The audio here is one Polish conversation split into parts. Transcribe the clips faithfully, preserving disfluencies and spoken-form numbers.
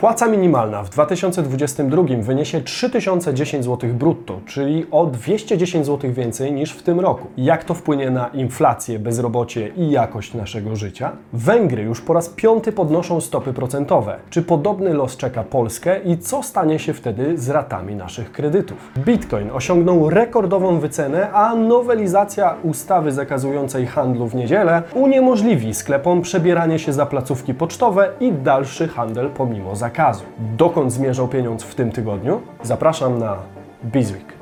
Płaca minimalna w dwa tysiące dwudziestym drugim wyniesie trzy tysiące dziesięć złotych brutto, czyli o dwieście dziesięć złotych więcej niż w tym roku. Jak to wpłynie na inflację, bezrobocie i jakość naszego życia? Węgry już po raz piąty podnoszą stopy procentowe. Czy podobny los czeka Polskę i co stanie się wtedy z ratami naszych kredytów? Bitcoin osiągnął rekordową wycenę, a nowelizacja ustawy zakazującej handlu w niedzielę uniemożliwi sklepom przebieranie się za placówki pocztowe i dalszy handel pomimo zakazu. Dokąd zmierzał pieniądz w tym tygodniu? Zapraszam na Bizweek.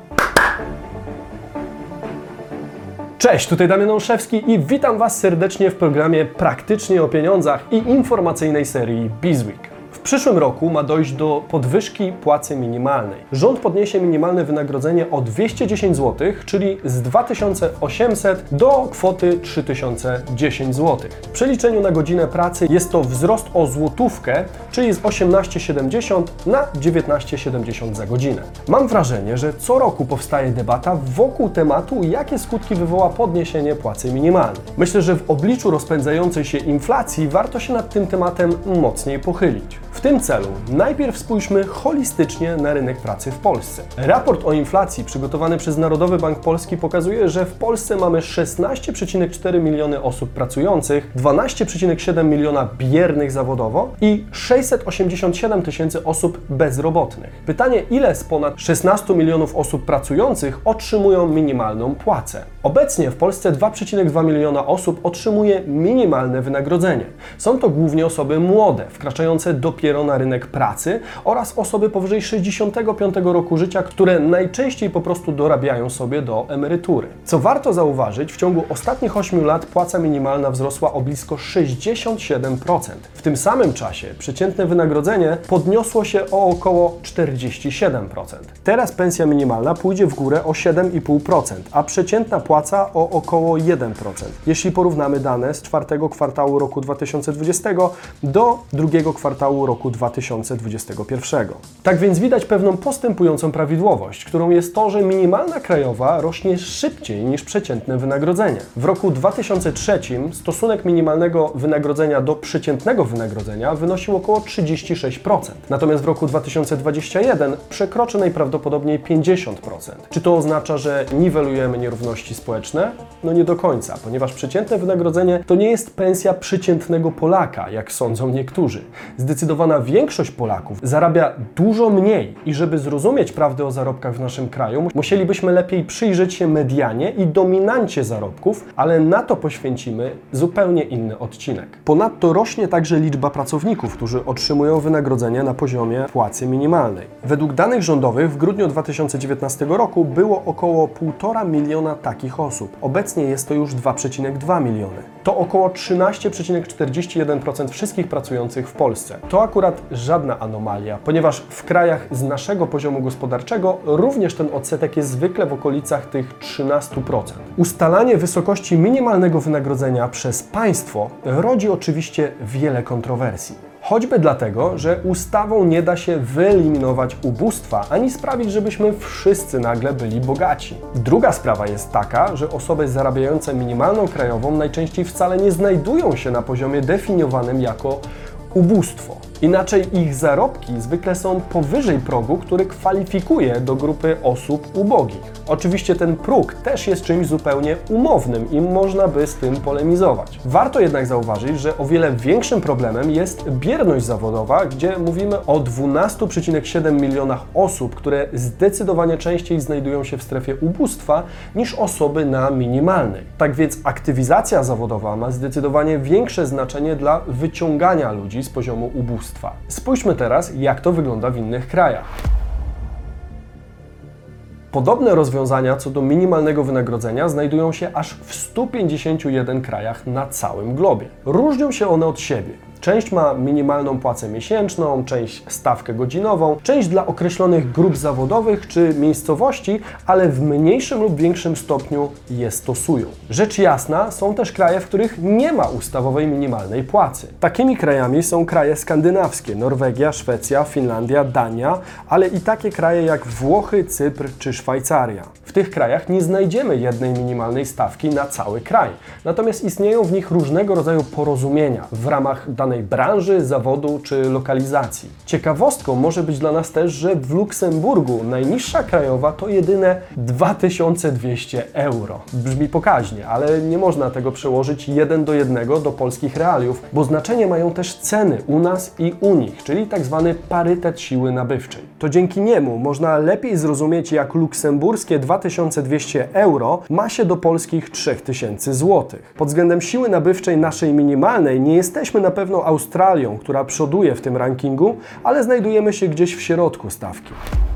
Cześć, tutaj Damian Olszewski i witam Was serdecznie w programie Praktycznie o pieniądzach i informacyjnej serii Bizweek. W przyszłym roku ma dojść do podwyżki płacy minimalnej. Rząd podniesie minimalne wynagrodzenie o dwieście dziesięć złotych, czyli z dwa tysiące osiemset do kwoty trzy tysiące dziesięć złotych. W przeliczeniu na godzinę pracy jest to wzrost o złotówkę, czyli z osiemnaście siedemdziesiąt na dziewiętnaście siedemdziesiąt za godzinę. Mam wrażenie, że co roku powstaje debata wokół tematu, jakie skutki wywoła podniesienie płacy minimalnej. Myślę, że w obliczu rozpędzającej się inflacji warto się nad tym tematem mocniej pochylić. W tym celu najpierw spójrzmy holistycznie na rynek pracy w Polsce. Raport o inflacji przygotowany przez Narodowy Bank Polski pokazuje, że w Polsce mamy szesnaście przecinek cztery miliony osób pracujących, dwanaście przecinek siedem miliona biernych zawodowo i sześćset osiemdziesiąt siedem tysięcy osób bezrobotnych. Pytanie, ile z ponad szesnastu milionów osób pracujących otrzymują minimalną płacę? Obecnie w Polsce dwa przecinek dwa miliona osób otrzymuje minimalne wynagrodzenie. Są to głównie osoby młode, wkraczające dopiero na rynek pracy oraz osoby powyżej sześćdziesiątego piątego roku życia, które najczęściej po prostu dorabiają sobie do emerytury. Co warto zauważyć, w ciągu ostatnich ośmiu lat płaca minimalna wzrosła o blisko sześćdziesiąt siedem procent. W tym samym czasie przeciętne wynagrodzenie podniosło się o około czterdzieści siedem procent. Teraz pensja minimalna pójdzie w górę o siedem i pół procent, a przeciętna płaca o około jeden procent, jeśli porównamy dane z czwartego kwartału roku dwa tysiące dwudziestego do drugiego kwartału roku dwa tysiące dwudziestego pierwszego. Tak więc widać pewną postępującą prawidłowość, którą jest to, że minimalna krajowa rośnie szybciej niż przeciętne wynagrodzenie. W roku dwa tysiące trzecim stosunek minimalnego wynagrodzenia do przeciętnego wynagrodzenia wynosił około trzydzieści sześć procent. Natomiast w roku dwa tysiące dwudziestym pierwszym przekroczy najprawdopodobniej pięćdziesiąt procent. Czy to oznacza, że niwelujemy nierówności społeczne? No nie do końca, ponieważ przeciętne wynagrodzenie to nie jest pensja przeciętnego Polaka, jak sądzą niektórzy. Zdecydowana większość Polaków zarabia dużo mniej i żeby zrozumieć prawdę o zarobkach w naszym kraju, musielibyśmy lepiej przyjrzeć się medianie i dominancie zarobków, ale na to poświęcimy zupełnie inny odcinek. Ponadto rośnie także liczba pracowników, którzy otrzymują wynagrodzenie na poziomie płacy minimalnej. Według danych rządowych w grudniu dwa tysiące dziewiętnastego roku było około półtora miliona takich osób. Obecnie jest to już dwa przecinek dwa miliony. To około trzynaście przecinek czterdzieści jeden procent wszystkich pracujących w Polsce. To akurat żadna anomalia, ponieważ w krajach z naszego poziomu gospodarczego również ten odsetek jest zwykle w okolicach tych trzynastu procent. Ustalanie wysokości minimalnego wynagrodzenia przez państwo rodzi oczywiście wiele kontrowersji. Choćby dlatego, że ustawą nie da się wyeliminować ubóstwa, ani sprawić, żebyśmy wszyscy nagle byli bogaci. Druga sprawa jest taka, że osoby zarabiające minimalną krajową najczęściej wcale nie znajdują się na poziomie definiowanym jako ubóstwo. Inaczej ich zarobki zwykle są powyżej progu, który kwalifikuje do grupy osób ubogich. Oczywiście ten próg też jest czymś zupełnie umownym i można by z tym polemizować. Warto jednak zauważyć, że o wiele większym problemem jest bierność zawodowa, gdzie mówimy o dwunastu przecinek siedem milionach osób, które zdecydowanie częściej znajdują się w strefie ubóstwa niż osoby na minimalnej. Tak więc aktywizacja zawodowa ma zdecydowanie większe znaczenie dla wyciągania ludzi z poziomu ubóstwa. Spójrzmy teraz, jak to wygląda w innych krajach. Podobne rozwiązania co do minimalnego wynagrodzenia znajdują się aż w stu pięćdziesięciu jeden krajach na całym globie. Różnią się one od siebie. Część ma minimalną płacę miesięczną, część stawkę godzinową, część dla określonych grup zawodowych czy miejscowości, ale w mniejszym lub większym stopniu je stosują. Rzecz jasna, są też kraje, w których nie ma ustawowej minimalnej płacy. Takimi krajami są kraje skandynawskie, Norwegia, Szwecja, Finlandia, Dania, ale i takie kraje jak Włochy, Cypr czy Szwajcaria. W W tych krajach nie znajdziemy jednej minimalnej stawki na cały kraj. Natomiast istnieją w nich różnego rodzaju porozumienia w ramach danej branży, zawodu czy lokalizacji. Ciekawostką może być dla nas też, że w Luksemburgu najniższa krajowa to jedyne dwa tysiące dwieście euro. Brzmi pokaźnie, ale nie można tego przełożyć jeden do jednego do polskich realiów, bo znaczenie mają też ceny u nas i u nich, czyli tak zwany parytet siły nabywczej. To dzięki niemu można lepiej zrozumieć, jak luksemburskie dwa tysiące dwieście euro ma się do polskich trzy tysiące złotych. Pod względem siły nabywczej naszej minimalnej nie jesteśmy na pewno Australią, która przoduje w tym rankingu, ale znajdujemy się gdzieś w środku stawki.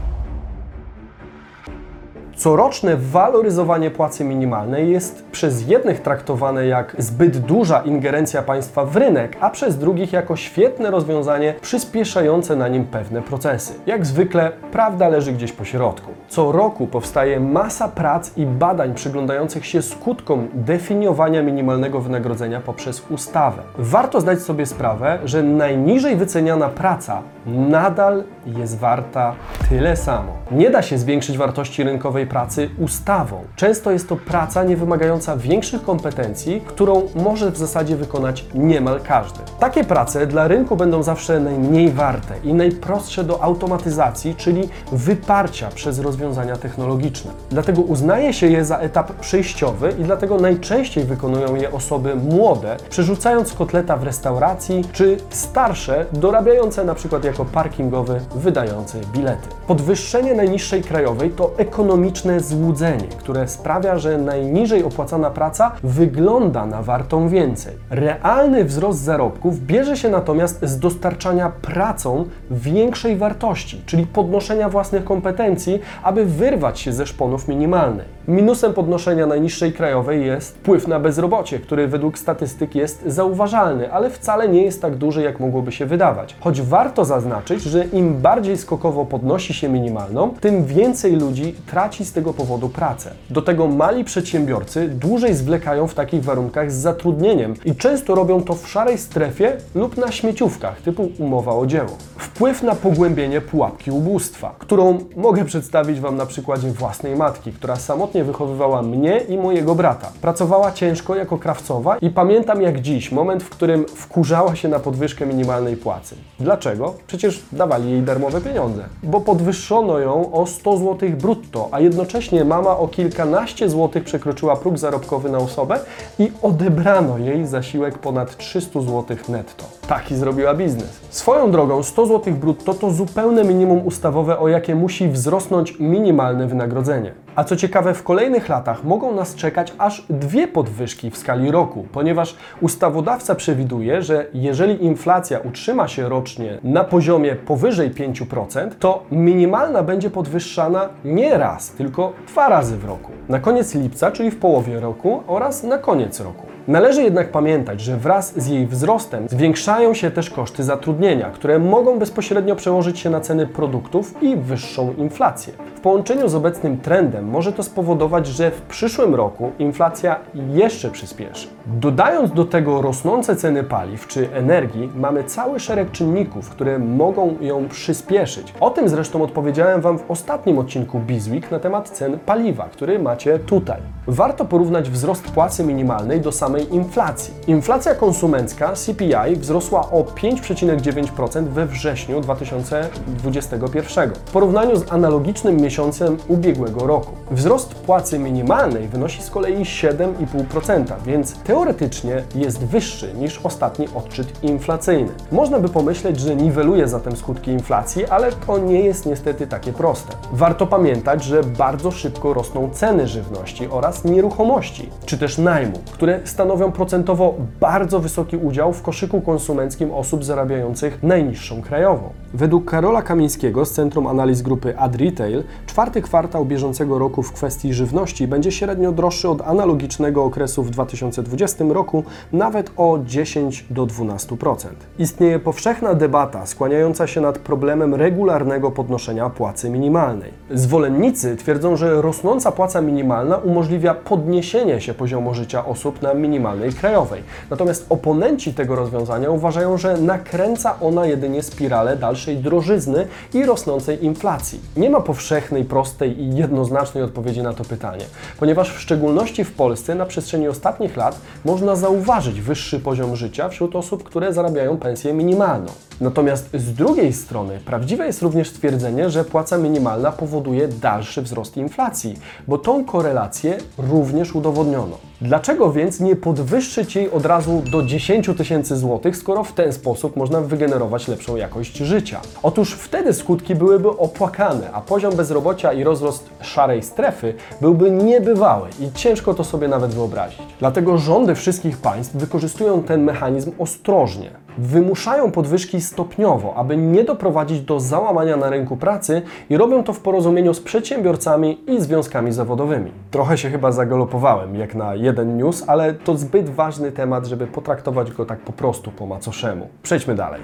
Coroczne waloryzowanie płacy minimalnej jest przez jednych traktowane jak zbyt duża ingerencja państwa w rynek, a przez drugich jako świetne rozwiązanie przyspieszające na nim pewne procesy. Jak zwykle prawda leży gdzieś po środku. Co roku powstaje masa prac i badań przyglądających się skutkom definiowania minimalnego wynagrodzenia poprzez ustawę. Warto zdać sobie sprawę, że najniżej wyceniana praca nadal jest warta tyle samo. Nie da się zwiększyć wartości rynkowej pracy ustawą. Często jest to praca nie wymagająca większych kompetencji, którą może w zasadzie wykonać niemal każdy. Takie prace dla rynku będą zawsze najmniej warte i najprostsze do automatyzacji, czyli wyparcia przez rozwiązania technologiczne. Dlatego uznaje się je za etap przejściowy i dlatego najczęściej wykonują je osoby młode, przerzucając kotleta w restauracji, czy starsze, dorabiające na przykład jako parkingowy, wydający bilety. Podwyższenie najniższej krajowej to ekonomiczne złudzenie, które sprawia, że najniżej opłacana praca wygląda na wartą więcej. Realny wzrost zarobków bierze się natomiast z dostarczania pracą większej wartości, czyli podnoszenia własnych kompetencji, aby wyrwać się ze szponów minimalnej. Minusem podnoszenia najniższej krajowej jest wpływ na bezrobocie, który według statystyk jest zauważalny, ale wcale nie jest tak duży, jak mogłoby się wydawać. Choć warto zaznaczyć, że im bardziej skokowo podnosi się minimalną, tym więcej ludzi traci z tego powodu pracę. Do tego mali przedsiębiorcy dłużej zwlekają w takich warunkach z zatrudnieniem i często robią to w szarej strefie lub na śmieciówkach, typu umowa o dzieło. Wpływ na pogłębienie pułapki ubóstwa, którą mogę przedstawić Wam na przykładzie własnej matki, która samotnie wychowywała mnie i mojego brata. Pracowała ciężko jako krawcowa i pamiętam jak dziś moment, w którym wkurzała się na podwyżkę minimalnej płacy. Dlaczego? Przecież dawali jej darmowe pieniądze. Bo podwyższono ją o sto złotych brutto, a jednocześnie mama o kilkanaście złotych przekroczyła próg zarobkowy na osobę i odebrano jej zasiłek ponad trzysta złotych netto. Taki zrobiła biznes. Swoją drogą sto złotych brutto to zupełne minimum ustawowe, o jakie musi wzrosnąć minimalne wynagrodzenie. A co ciekawe, w kolejnych latach mogą nas czekać aż dwie podwyżki w skali roku, ponieważ ustawodawca przewiduje, że jeżeli inflacja utrzyma się rocznie na poziomie powyżej pięć procent, to minimalna będzie podwyższana nie raz, tylko dwa razy w roku. Na koniec lipca, czyli w połowie roku oraz na koniec roku. Należy jednak pamiętać, że wraz z jej wzrostem zwiększają się też koszty zatrudnienia, które mogą bezpośrednio przełożyć się na ceny produktów i wyższą inflację. W połączeniu z obecnym trendem może to spowodować, że w przyszłym roku inflacja jeszcze przyspieszy. Dodając do tego rosnące ceny paliw czy energii, mamy cały szereg czynników, które mogą ją przyspieszyć. O tym zresztą odpowiedziałem Wam w ostatnim odcinku Bizweek na temat cen paliwa, który macie tutaj. Warto porównać wzrost płacy minimalnej do samej inflacji. Inflacja konsumencka C P I wzrosła o pięć przecinek dziewięć procent we wrześniu dwa tysiące dwudziestego pierwszego w porównaniu z analogicznym miesiącem ubiegłego roku. Wzrost płacy minimalnej wynosi z kolei siedem i pół procent, więc teoretycznie jest wyższy niż ostatni odczyt inflacyjny. Można by pomyśleć, że niweluje zatem skutki inflacji, ale to nie jest niestety takie proste. Warto pamiętać, że bardzo szybko rosną ceny żywności oraz nieruchomości, czy też najmu, które stanowią procentowo bardzo wysoki udział w koszyku konsumenckim osób zarabiających najniższą krajową. Według Karola Kamińskiego z Centrum Analiz Grupy Ad Retail, czwarty kwartał bieżącego roku w kwestii żywności będzie średnio droższy od analogicznego okresu w dwa tysiące dwudziestym roku nawet o dziesięć do dwunastu procent. Istnieje powszechna debata skłaniająca się nad problemem regularnego podnoszenia płacy minimalnej. Zwolennicy twierdzą, że rosnąca płaca minimalna umożliwia podniesienie się poziomu życia osób na minimalnej krajowej. Natomiast oponenci tego rozwiązania uważają, że nakręca ona jedynie spiralę dalszej drożyzny i rosnącej inflacji. Nie ma powszechnej powszechnej, prostej i jednoznacznej odpowiedzi na to pytanie, ponieważ w szczególności w Polsce na przestrzeni ostatnich lat można zauważyć wyższy poziom życia wśród osób, które zarabiają pensję minimalną. Natomiast z drugiej strony prawdziwe jest również stwierdzenie, że płaca minimalna powoduje dalszy wzrost inflacji, bo tą korelację również udowodniono. Dlaczego więc nie podwyższyć jej od razu do dziesięć tysięcy złotych, skoro w ten sposób można wygenerować lepszą jakość życia? Otóż wtedy skutki byłyby opłakane, a poziom bezrobocia i rozrost szarej strefy byłby niebywały i ciężko to sobie nawet wyobrazić. Dlatego rządy wszystkich państw wykorzystują ten mechanizm ostrożnie. Wymuszają podwyżki stopniowo, aby nie doprowadzić do załamania na rynku pracy i robią to w porozumieniu z przedsiębiorcami i związkami zawodowymi. Trochę się chyba zagalopowałem, jak na jeden news, ale to zbyt ważny temat, żeby potraktować go tak po prostu po macoszemu. Przejdźmy dalej.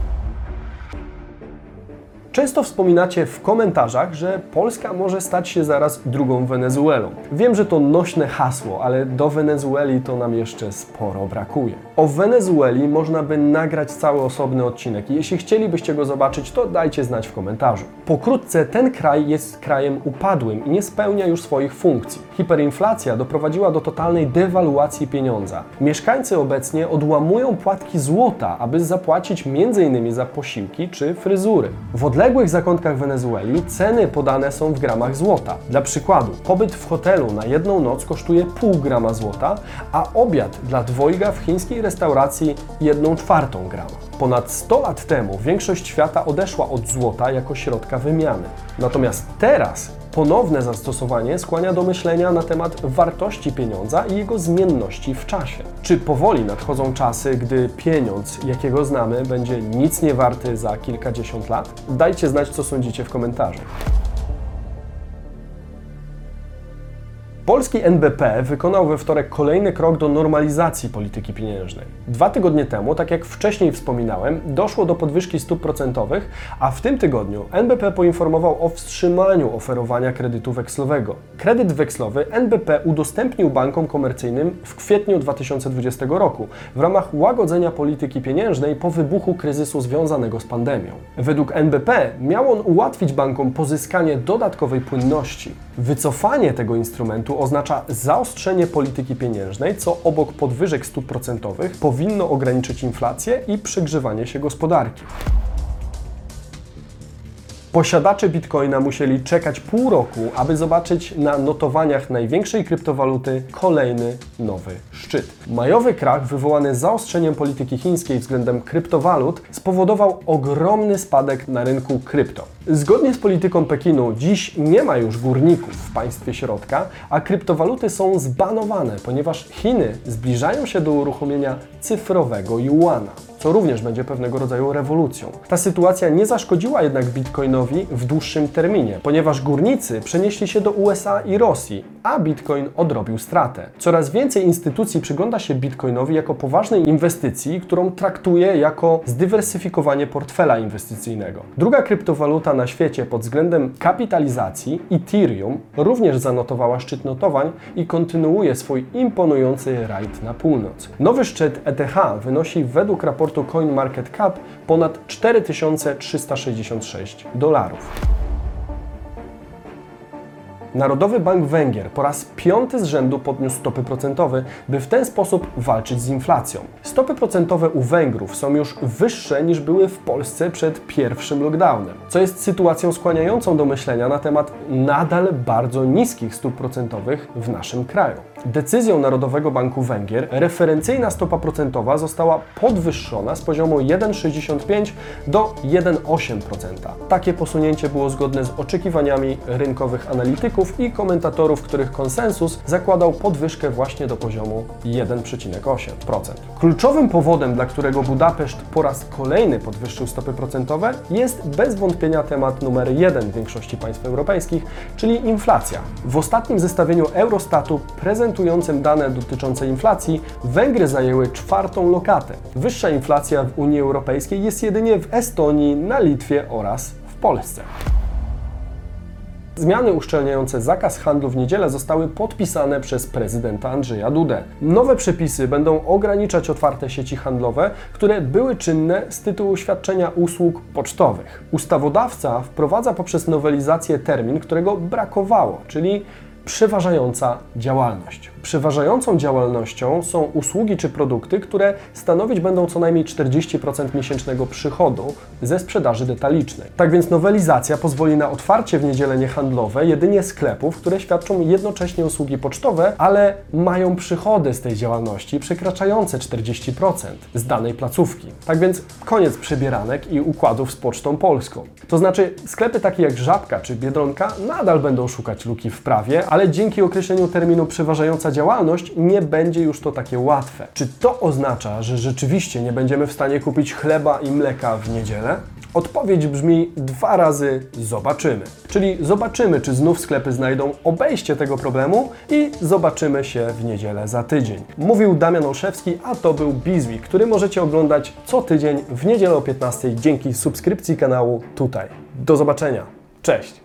Często wspominacie w komentarzach, że Polska może stać się zaraz drugą Wenezuelą. Wiem, że to nośne hasło, ale do Wenezueli to nam jeszcze sporo brakuje. O Wenezueli można by nagrać cały osobny odcinek i jeśli chcielibyście go zobaczyć, to dajcie znać w komentarzu. Pokrótce, ten kraj jest krajem upadłym i nie spełnia już swoich funkcji. Hiperinflacja doprowadziła do totalnej dewaluacji pieniądza. Mieszkańcy obecnie odłamują płatki złota, aby zapłacić między innymi za posiłki czy fryzury. W odległych zakątkach Wenezueli ceny podane są w gramach złota. Dla przykładu, pobyt w hotelu na jedną noc kosztuje pół grama złota, a obiad dla dwojga w chińskiej restauracji jedną czwartą grama. Ponad sto lat temu większość świata odeszła od złota jako środka wymiany. Natomiast teraz ponowne zastosowanie skłania do myślenia na temat wartości pieniądza i jego zmienności w czasie. Czy powoli nadchodzą czasy, gdy pieniądz, jakiego znamy, będzie nic nie warty za kilkadziesiąt lat? Dajcie znać, co sądzicie w komentarzu. Polski N B P wykonał we wtorek kolejny krok do normalizacji polityki pieniężnej. Dwa tygodnie temu, tak jak wcześniej wspominałem, doszło do podwyżki stóp procentowych, a w tym tygodniu N B P poinformował o wstrzymaniu oferowania kredytu wekslowego. Kredyt wekslowy N B P udostępnił bankom komercyjnym w kwietniu dwa tysiące dwudziestego roku w ramach łagodzenia polityki pieniężnej po wybuchu kryzysu związanego z pandemią. Według N B P miał on ułatwić bankom pozyskanie dodatkowej płynności. Wycofanie tego instrumentu oznacza zaostrzenie polityki pieniężnej, co obok podwyżek stóp procentowych powinno ograniczyć inflację i przegrzewanie się gospodarki. Posiadacze Bitcoina musieli czekać pół roku, aby zobaczyć na notowaniach największej kryptowaluty kolejny nowy szczyt. Majowy krach wywołany zaostrzeniem polityki chińskiej względem kryptowalut spowodował ogromny spadek na rynku krypto. Zgodnie z polityką Pekinu dziś nie ma już górników w państwie środka, a kryptowaluty są zbanowane, ponieważ Chiny zbliżają się do uruchomienia cyfrowego juana, co również będzie pewnego rodzaju rewolucją. Ta sytuacja nie zaszkodziła jednak Bitcoinowi w dłuższym terminie, ponieważ górnicy przenieśli się do U S A i Rosji, a Bitcoin odrobił stratę. Coraz więcej instytucji przygląda się Bitcoinowi jako poważnej inwestycji, którą traktuje jako zdywersyfikowanie portfela inwestycyjnego. Druga kryptowaluta na świecie pod względem kapitalizacji, Ethereum, również zanotowała szczyt notowań i kontynuuje swój imponujący rajd na północ. Nowy szczyt E T H wynosi według raportu CoinMarketCap ponad cztery tysiące trzysta sześćdziesiąt sześć dolarów. Narodowy Bank Węgier po raz piąty z rzędu podniósł stopy procentowe, by w ten sposób walczyć z inflacją. Stopy procentowe u Węgrów są już wyższe niż były w Polsce przed pierwszym lockdownem, co jest sytuacją skłaniającą do myślenia na temat nadal bardzo niskich stóp procentowych w naszym kraju. Decyzją Narodowego Banku Węgier referencyjna stopa procentowa została podwyższona z poziomu jeden przecinek sześćdziesiąt pięć do jeden przecinek osiem procent. Takie posunięcie było zgodne z oczekiwaniami rynkowych analityków i komentatorów, których konsensus zakładał podwyżkę właśnie do poziomu jeden przecinek osiem procent. Kluczowym powodem, dla którego Budapeszt po raz kolejny podwyższył stopy procentowe, jest bez wątpienia temat numer jeden w większości państw europejskich, czyli inflacja. W ostatnim zestawieniu Eurostatu prezentującym dane dotyczące inflacji Węgry zajęły czwartą lokatę. Wyższa inflacja w Unii Europejskiej jest jedynie w Estonii, na Litwie oraz w Polsce. Zmiany uszczelniające zakaz handlu w niedzielę zostały podpisane przez prezydenta Andrzeja Dudę. Nowe przepisy będą ograniczać otwarte sieci handlowe, które były czynne z tytułu świadczenia usług pocztowych. Ustawodawca wprowadza poprzez nowelizację termin, którego brakowało, czyli przeważająca działalność. Przeważającą działalnością są usługi czy produkty, które stanowić będą co najmniej czterdzieści procent miesięcznego przychodu ze sprzedaży detalicznej. Tak więc nowelizacja pozwoli na otwarcie w niedzielę niehandlowe jedynie sklepów, które świadczą jednocześnie usługi pocztowe, ale mają przychody z tej działalności przekraczające czterdzieści procent z danej placówki. Tak więc koniec przebieranek i układów z Pocztą Polską. To znaczy sklepy takie jak Żabka czy Biedronka nadal będą szukać luki w prawie, ale dzięki określeniu terminu przeważająca działalność nie będzie już to takie łatwe. Czy to oznacza, że rzeczywiście nie będziemy w stanie kupić chleba i mleka w niedzielę? Odpowiedź brzmi dwa razy zobaczymy. Czyli zobaczymy, czy znów sklepy znajdą obejście tego problemu i zobaczymy się w niedzielę za tydzień. Mówił Damian Olszewski, a to był Bizweek, który możecie oglądać co tydzień w niedzielę o piętnastej dzięki subskrypcji kanału tutaj. Do zobaczenia. Cześć!